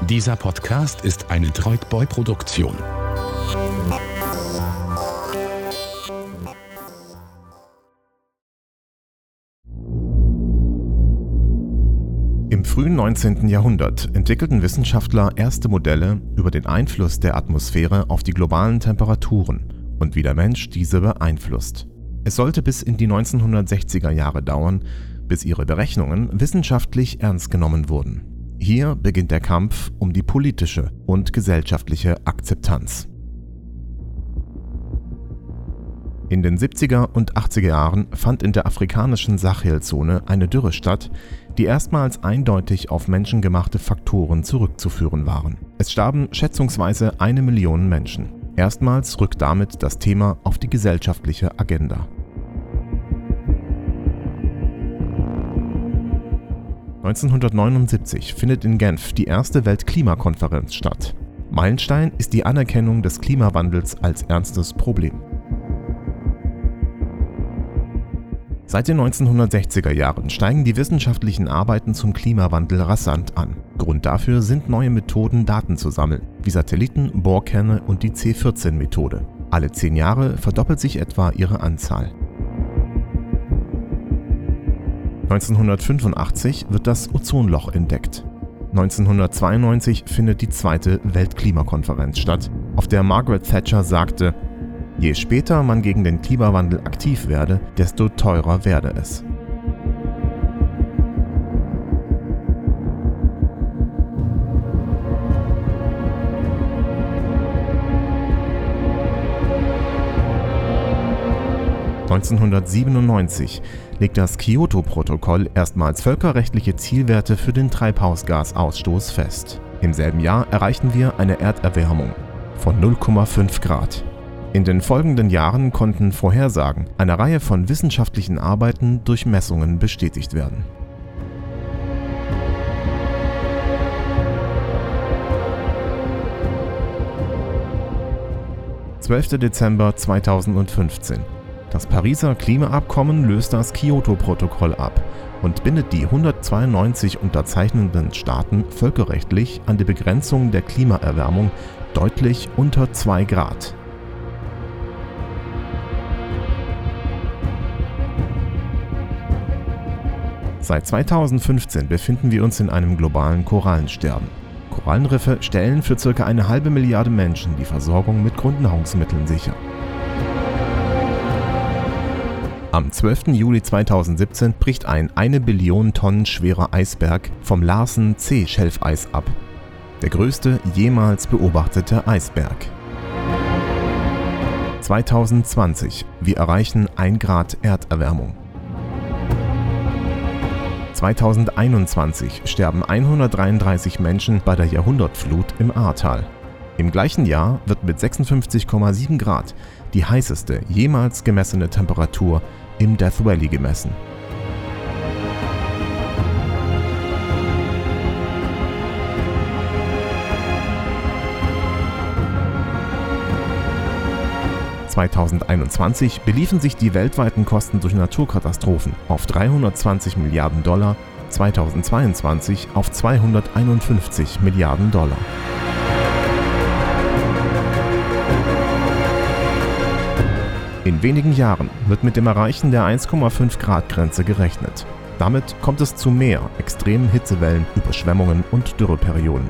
Dieser Podcast ist eine Droidboy-Produktion. Im frühen 19. Jahrhundert entwickelten Wissenschaftler erste Modelle über den Einfluss der Atmosphäre auf die globalen Temperaturen und wie der Mensch diese beeinflusst. Es sollte bis in die 1960er Jahre dauern, bis ihre Berechnungen wissenschaftlich ernst genommen wurden. Hier beginnt der Kampf um die politische und gesellschaftliche Akzeptanz. In den 70er und 80er Jahren fand in der afrikanischen Sahel-Zone eine Dürre statt, die erstmals eindeutig auf menschengemachte Faktoren zurückzuführen waren. Es starben schätzungsweise 1 Million Menschen. Erstmals rückt damit das Thema auf die gesellschaftliche Agenda. 1979 findet in Genf die erste Weltklimakonferenz statt. Meilenstein ist die Anerkennung des Klimawandels als ernstes Problem. Seit den 1960er Jahren steigen die wissenschaftlichen Arbeiten zum Klimawandel rasant an. Grund dafür sind neue Methoden, Daten zu sammeln, wie Satelliten, Bohrkerne und die C14-Methode. Alle 10 Jahre verdoppelt sich etwa ihre Anzahl. 1985 wird das Ozonloch entdeckt. 1992 findet die zweite Weltklimakonferenz statt, auf der Margaret Thatcher sagte: Je später man gegen den Klimawandel aktiv werde, desto teurer werde es. (1997) legt das Kyoto-Protokoll erstmals völkerrechtliche Zielwerte für den Treibhausgasausstoß fest. Im selben Jahr erreichen wir eine Erderwärmung von 0,5 Grad. In den folgenden Jahren konnten Vorhersagen einer Reihe von wissenschaftlichen Arbeiten durch Messungen bestätigt werden. (12. Dezember 2015) Das Pariser Klimaabkommen löst das Kyoto-Protokoll ab und bindet die 192 unterzeichnenden Staaten völkerrechtlich an die Begrenzung der Klimaerwärmung deutlich unter 2 Grad. Seit 2015 befinden wir uns in einem globalen Korallensterben. Korallenriffe stellen für ca. 1,5 Milliarde Menschen die Versorgung mit Grundnahrungsmitteln sicher. Am 12. Juli 2017 bricht ein 1 Billion Tonnen schwerer Eisberg vom Larsen C-Schelfeis ab. Der größte jemals beobachtete Eisberg. 2020. Wir erreichen 1 Grad Erderwärmung. 2021 sterben 133 Menschen bei der Jahrhundertflut im Ahrtal. Im gleichen Jahr wird mit 56,7 Grad die heißeste jemals gemessene Temperatur im Death Valley gemessen. (2021) beliefen sich die weltweiten Kosten durch Naturkatastrophen auf $320 Milliarden, 2022 auf $251 Milliarden. In wenigen Jahren wird mit dem Erreichen der 1,5 Grad Grenze gerechnet. Damit kommt es zu mehr extremen Hitzewellen, Überschwemmungen und Dürreperioden.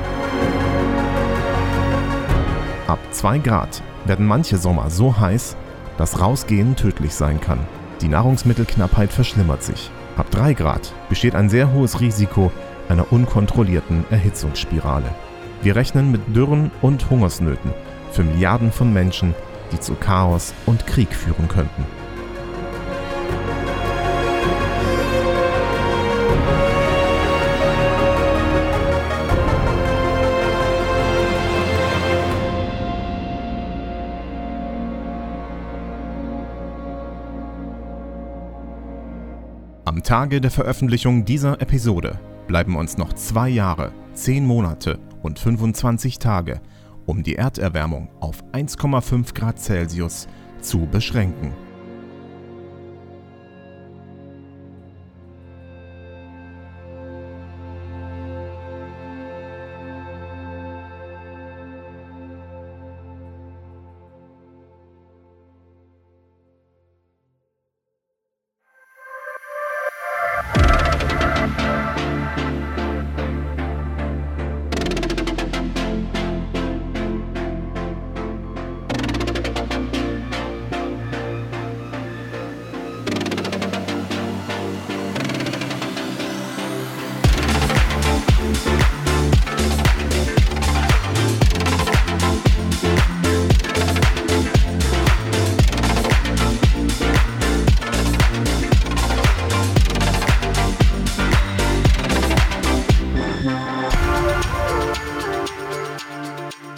Ab 2 Grad werden manche Sommer so heiß, dass Rausgehen tödlich sein kann. Die Nahrungsmittelknappheit verschlimmert sich. Ab 3 Grad besteht ein sehr hohes Risiko einer unkontrollierten Erhitzungsspirale. Wir rechnen mit Dürren und Hungersnöten für Milliarden von Menschen, die zu Chaos und Krieg führen könnten. Am Tage der Veröffentlichung dieser Episode bleiben uns noch 2 Jahre, 10 Monate und 25 Tage, um die Erderwärmung auf 1,5 Grad Celsius zu beschränken.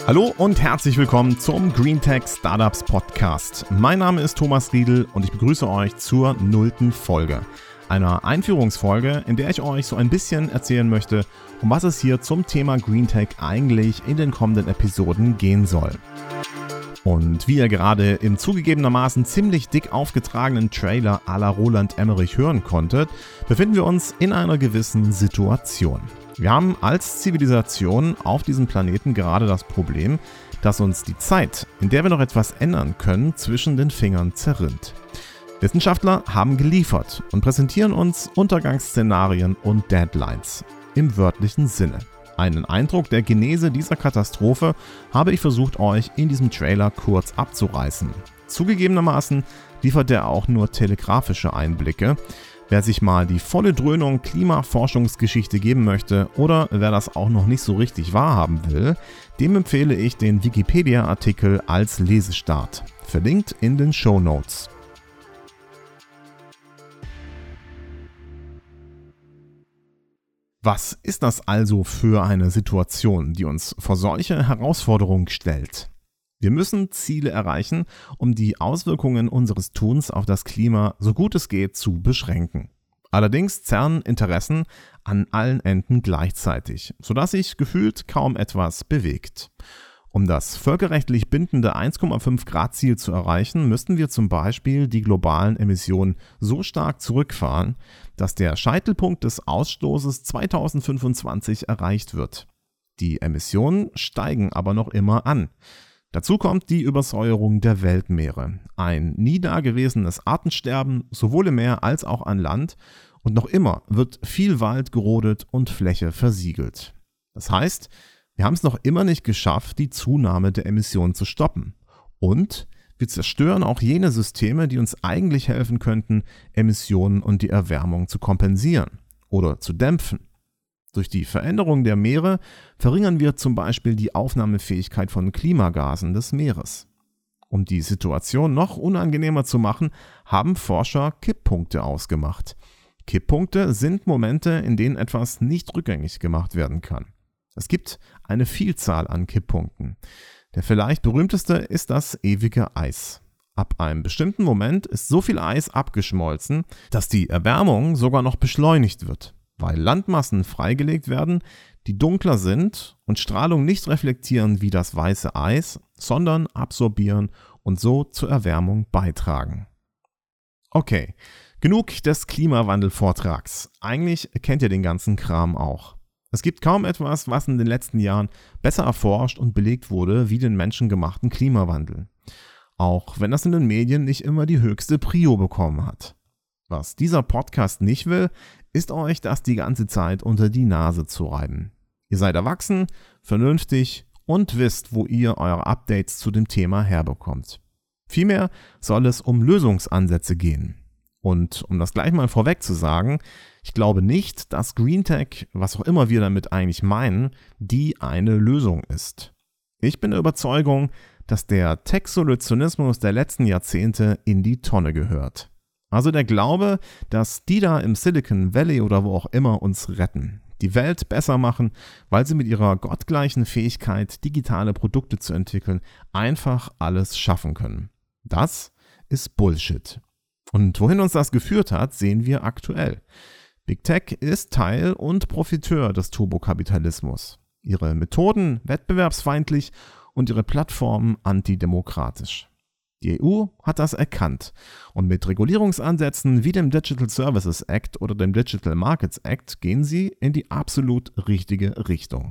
Hallo und herzlich willkommen zum GreenTech Startups Podcast. Mein Name ist Thomas Riedl und ich begrüße euch zur 0. Folge. Einer Einführungsfolge, in der ich euch so ein bisschen erzählen möchte, um was es hier zum Thema GreenTech eigentlich in den kommenden Episoden gehen soll. Und wie ihr gerade im zugegebenermaßen ziemlich dick aufgetragenen Trailer à la Roland Emmerich hören konntet, befinden wir uns in einer gewissen Situation. Wir haben als Zivilisation auf diesem Planeten gerade das Problem, dass uns die Zeit, in der wir noch etwas ändern können, zwischen den Fingern zerrinnt. Wissenschaftler haben geliefert und präsentieren uns Untergangsszenarien und Deadlines im wörtlichen Sinne. Einen Eindruck der Genese dieser Katastrophe habe ich versucht, euch in diesem Trailer kurz abzureißen. Zugegebenermaßen liefert er auch nur telegrafische Einblicke. Wer sich mal die volle Dröhnung Klimaforschungsgeschichte geben möchte oder wer das auch noch nicht so richtig wahrhaben will, dem empfehle ich den Wikipedia-Artikel als Lesestart. Verlinkt in den Shownotes. Was ist das also für eine Situation, die uns vor solche Herausforderungen stellt? Wir müssen Ziele erreichen, um die Auswirkungen unseres Tuns auf das Klima so gut es geht zu beschränken. Allerdings zerren Interessen an allen Enden gleichzeitig, sodass sich gefühlt kaum etwas bewegt. Um das völkerrechtlich bindende 1,5 Grad Ziel zu erreichen, müssten wir zum Beispiel die globalen Emissionen so stark zurückfahren, dass der Scheitelpunkt des Ausstoßes 2025 erreicht wird. Die Emissionen steigen aber noch immer an. Dazu kommt die Übersäuerung der Weltmeere, ein nie dagewesenes Artensterben sowohl im Meer als auch an Land und noch immer wird viel Wald gerodet und Fläche versiegelt. Das heißt, wir haben es noch immer nicht geschafft, die Zunahme der Emissionen zu stoppen. Und wir zerstören auch jene Systeme, die uns eigentlich helfen könnten, Emissionen und die Erwärmung zu kompensieren oder zu dämpfen. Durch die Veränderung der Meere verringern wir zum Beispiel die Aufnahmefähigkeit von Klimagasen des Meeres. Um die Situation noch unangenehmer zu machen, haben Forscher Kipppunkte ausgemacht. Kipppunkte sind Momente, in denen etwas nicht rückgängig gemacht werden kann. Es gibt eine Vielzahl an Kipppunkten. Der vielleicht berühmteste ist das ewige Eis. Ab einem bestimmten Moment ist so viel Eis abgeschmolzen, dass die Erwärmung sogar noch beschleunigt wird, weil Landmassen freigelegt werden, die dunkler sind und Strahlung nicht reflektieren wie das weiße Eis, sondern absorbieren und so zur Erwärmung beitragen. Okay, genug des Klimawandel-Vortrags. Eigentlich kennt ihr den ganzen Kram auch. Es gibt kaum etwas, was in den letzten Jahren besser erforscht und belegt wurde wie den menschengemachten Klimawandel. Auch wenn das in den Medien nicht immer die höchste Prio bekommen hat. Was dieser Podcast nicht will, ist euch das die ganze Zeit unter die Nase zu reiben. Ihr seid erwachsen, vernünftig und wisst, wo ihr eure Updates zu dem Thema herbekommt. Vielmehr soll es um Lösungsansätze gehen. Und um das gleich mal vorweg zu sagen, ich glaube nicht, dass GreenTech, was auch immer wir damit eigentlich meinen, die eine Lösung ist. Ich bin der Überzeugung, dass der Tech-Solutionismus der letzten Jahrzehnte in die Tonne gehört. Also der Glaube, dass die da im Silicon Valley oder wo auch immer uns retten, die Welt besser machen, weil sie mit ihrer gottgleichen Fähigkeit, digitale Produkte zu entwickeln, einfach alles schaffen können. Das ist Bullshit. Und wohin uns das geführt hat, sehen wir aktuell. Big Tech ist Teil und Profiteur des Turbokapitalismus. Ihre Methoden wettbewerbsfeindlich und ihre Plattformen antidemokratisch. Die EU hat das erkannt und mit Regulierungsansätzen wie dem Digital Services Act oder dem Digital Markets Act gehen sie in die absolut richtige Richtung.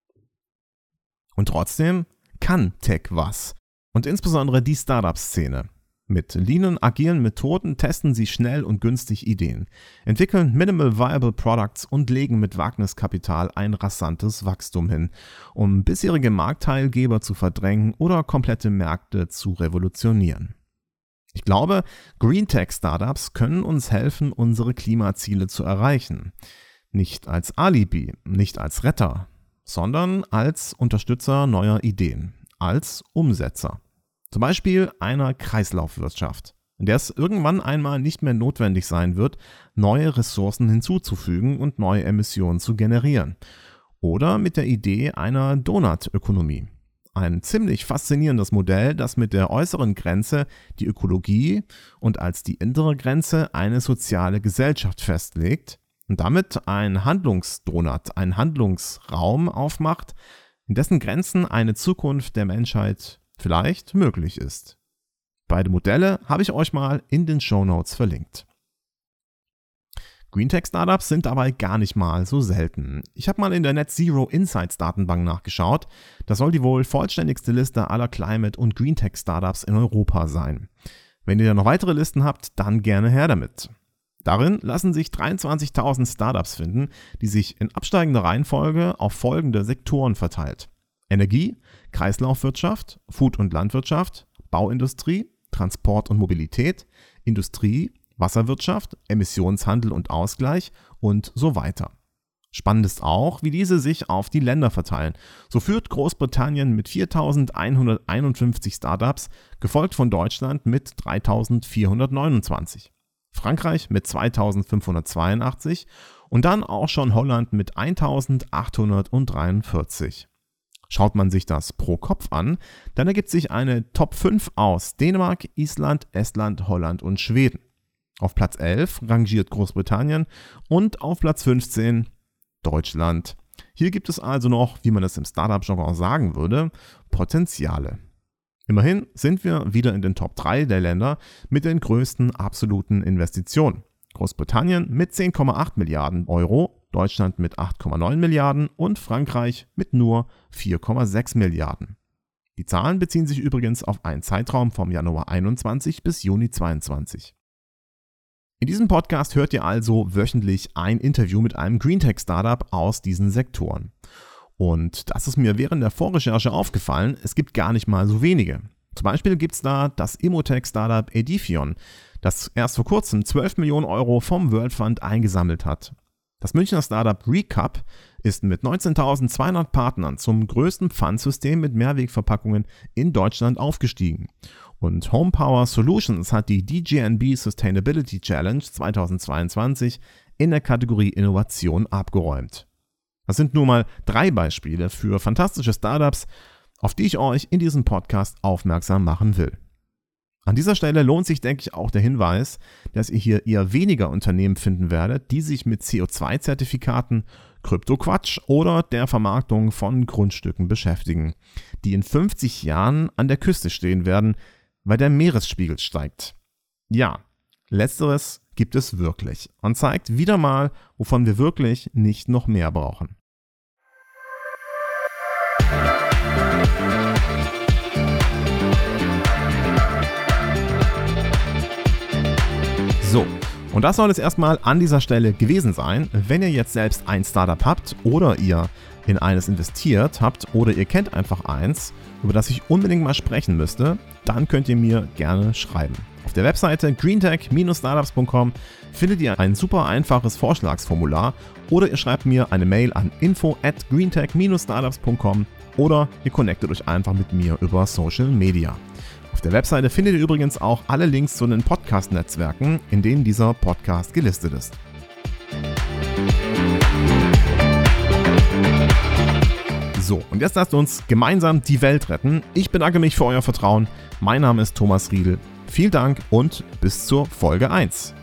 Und trotzdem kann Tech was und insbesondere die Startup-Szene. Mit leanen, agilen Methoden testen sie schnell und günstig Ideen, entwickeln Minimal Viable Products und legen mit Wagniskapital ein rasantes Wachstum hin, um bisherige Marktteilgeber zu verdrängen oder komplette Märkte zu revolutionieren. Ich glaube, GreenTech-Startups können uns helfen, unsere Klimaziele zu erreichen. Nicht als Alibi, nicht als Retter, sondern als Unterstützer neuer Ideen, als Umsetzer. Zum Beispiel einer Kreislaufwirtschaft, in der es irgendwann einmal nicht mehr notwendig sein wird, neue Ressourcen hinzuzufügen und neue Emissionen zu generieren. Oder mit der Idee einer Donut-Ökonomie. Ein ziemlich faszinierendes Modell, das mit der äußeren Grenze die Ökologie und als die innere Grenze eine soziale Gesellschaft festlegt und damit einen Handlungsdonut, einen Handlungsraum aufmacht, in dessen Grenzen eine Zukunft der Menschheit vielleicht möglich ist. Beide Modelle habe ich euch mal in den Shownotes verlinkt. Greentech-Startups sind dabei gar nicht mal so selten. Ich habe mal in der Net Zero Insights Datenbank nachgeschaut. Das soll die wohl vollständigste Liste aller Climate- und Greentech-Startups in Europa sein. Wenn ihr noch weitere Listen habt, dann gerne her damit. Darin lassen sich 23.000 Startups finden, die sich in absteigender Reihenfolge auf folgende Sektoren verteilt: Energie, Kreislaufwirtschaft, Food- und Landwirtschaft, Bauindustrie, Transport und Mobilität, Industrie, Wasserwirtschaft, Emissionshandel und Ausgleich und so weiter. Spannend ist auch, wie diese sich auf die Länder verteilen. So führt Großbritannien mit 4.151 Startups, gefolgt von Deutschland mit 3.429, Frankreich mit 2.582 und dann auch schon Holland mit 1.843. Schaut man sich das pro Kopf an, dann ergibt sich eine Top 5 aus Dänemark, Island, Estland, Holland und Schweden. Auf Platz 11 rangiert Großbritannien und auf Platz 15 Deutschland. Hier gibt es also noch, wie man es im Startup-Jargon sagen würde, Potenziale. Immerhin sind wir wieder in den Top 3 der Länder mit den größten absoluten Investitionen. Großbritannien mit 10,8 Milliarden Euro, Deutschland mit 8,9 Milliarden und Frankreich mit nur 4,6 Milliarden. Die Zahlen beziehen sich übrigens auf einen Zeitraum vom Januar 21 bis Juni 22. In diesem Podcast hört ihr also wöchentlich ein Interview mit einem Greentech-Startup aus diesen Sektoren. Und das ist mir während der Vorrecherche aufgefallen, es gibt gar nicht mal so wenige. Zum Beispiel gibt es da das Immotech-Startup Edifion, das erst vor kurzem 12 Millionen Euro vom World Fund eingesammelt hat. Das Münchner Startup Recap ist mit 19.200 Partnern zum größten Pfandsystem mit Mehrwegverpackungen in Deutschland aufgestiegen. Und Homepower Solutions hat die DGNB Sustainability Challenge 2022 in der Kategorie Innovation abgeräumt. Das sind nur mal 3 Beispiele für fantastische Startups, auf die ich euch in diesem Podcast aufmerksam machen will. An dieser Stelle lohnt sich, denke ich, auch der Hinweis, dass ihr hier eher weniger Unternehmen finden werdet, die sich mit CO2-Zertifikaten, Krypto-Quatsch oder der Vermarktung von Grundstücken beschäftigen, die in 50 Jahren an der Küste stehen werden, weil der Meeresspiegel steigt. Ja, letzteres gibt es wirklich und zeigt wieder mal, wovon wir wirklich nicht noch mehr brauchen. So, und das soll es erstmal an dieser Stelle gewesen sein. Wenn ihr jetzt selbst ein Startup habt oder ihr in eines investiert habt oder ihr kennt einfach eins, über das ich unbedingt mal sprechen müsste, dann könnt ihr mir gerne schreiben. Auf der Webseite greentech-startups.com findet ihr ein super einfaches Vorschlagsformular oder ihr schreibt mir eine Mail an info@greentech-startups.com oder ihr connectet euch einfach mit mir über Social Media. Auf der Webseite findet ihr übrigens auch alle Links zu den Podcast-Netzwerken, in denen dieser Podcast gelistet ist. So, und jetzt lasst uns gemeinsam die Welt retten. Ich bedanke mich für euer Vertrauen. Mein Name ist Thomas Riedl. Vielen Dank und bis zur Folge 1.